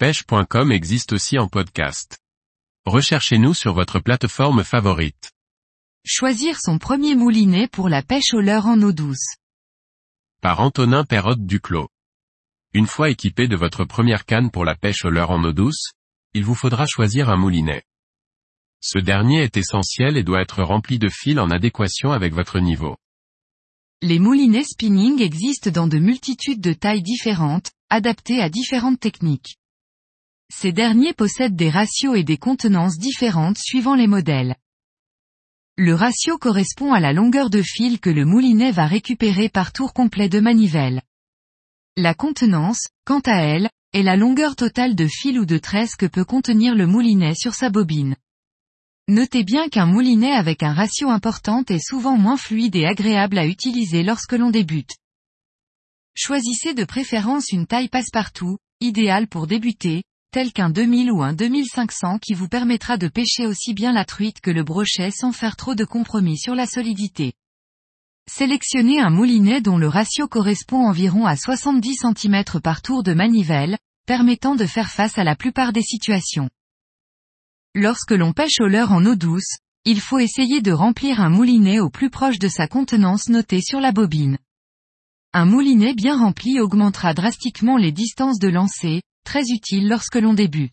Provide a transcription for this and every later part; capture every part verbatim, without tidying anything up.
pêche point com existe aussi en podcast. Recherchez-nous sur votre plateforme favorite. Choisir son premier moulinet pour la pêche au leurre en eau douce. Par Antonin Perrotte Duclos. Une fois équipé de votre première canne pour la pêche au leurre en eau douce, il vous faudra choisir un moulinet. Ce dernier est essentiel et doit être rempli de fils en adéquation avec votre niveau. Les moulinets spinning existent dans de multitudes de tailles différentes, adaptés à différentes techniques. Ces derniers possèdent des ratios et des contenances différentes suivant les modèles. Le ratio correspond à la longueur de fil que le moulinet va récupérer par tour complet de manivelle. La contenance, quant à elle, est la longueur totale de fil ou de tresse que peut contenir le moulinet sur sa bobine. Notez bien qu'un moulinet avec un ratio important est souvent moins fluide et agréable à utiliser lorsque l'on débute. Choisissez de préférence une taille passe-partout, idéale pour débuter, telle qu'un deux mille ou un deux mille cinq cents qui vous permettra de pêcher aussi bien la truite que le brochet sans faire trop de compromis sur la solidité. Sélectionnez un moulinet dont le ratio correspond environ à soixante-dix centimètres par tour de manivelle, permettant de faire face à la plupart des situations. Lorsque l'on pêche au leurre en eau douce, il faut essayer de remplir un moulinet au plus proche de sa contenance notée sur la bobine. Un moulinet bien rempli augmentera drastiquement les distances de lancer, très utile lorsque l'on débute.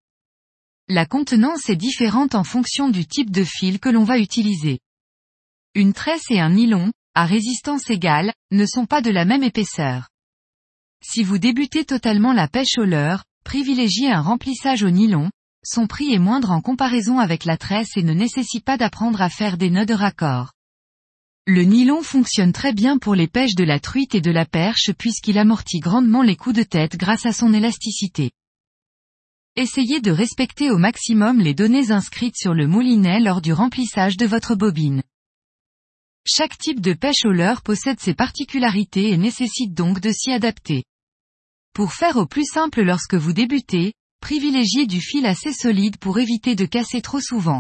La contenance est différente en fonction du type de fil que l'on va utiliser. Une tresse et un nylon, à résistance égale, ne sont pas de la même épaisseur. Si vous débutez totalement la pêche au leurre, privilégiez un remplissage au nylon. Son prix est moindre en comparaison avec la tresse et ne nécessite pas d'apprendre à faire des nœuds de raccord. Le nylon fonctionne très bien pour les pêches de la truite et de la perche puisqu'il amortit grandement les coups de tête grâce à son élasticité. Essayez de respecter au maximum les données inscrites sur le moulinet lors du remplissage de votre bobine. Chaque type de pêche au leurre possède ses particularités et nécessite donc de s'y adapter. Pour faire au plus simple lorsque vous débutez, privilégiez du fil assez solide pour éviter de casser trop souvent.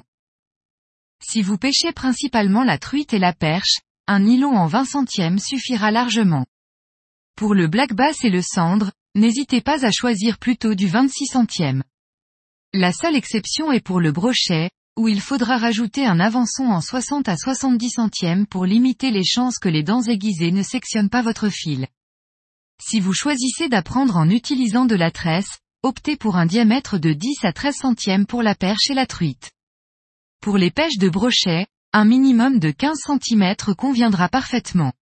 Si vous pêchez principalement la truite et la perche, un nylon en vingt centièmes suffira largement. Pour le black bass et le cendre, n'hésitez pas à choisir plutôt du vingt-six centièmes. La seule exception est pour le brochet, où il faudra rajouter un avançon en soixante à soixante-dix centièmes pour limiter les chances que les dents aiguisées ne sectionnent pas votre fil. Si vous choisissez d'apprendre en utilisant de la tresse, optez pour un diamètre de dix à treize centièmes pour la perche et la truite. Pour les pêches de brochet, un minimum de quinze centimètres conviendra parfaitement.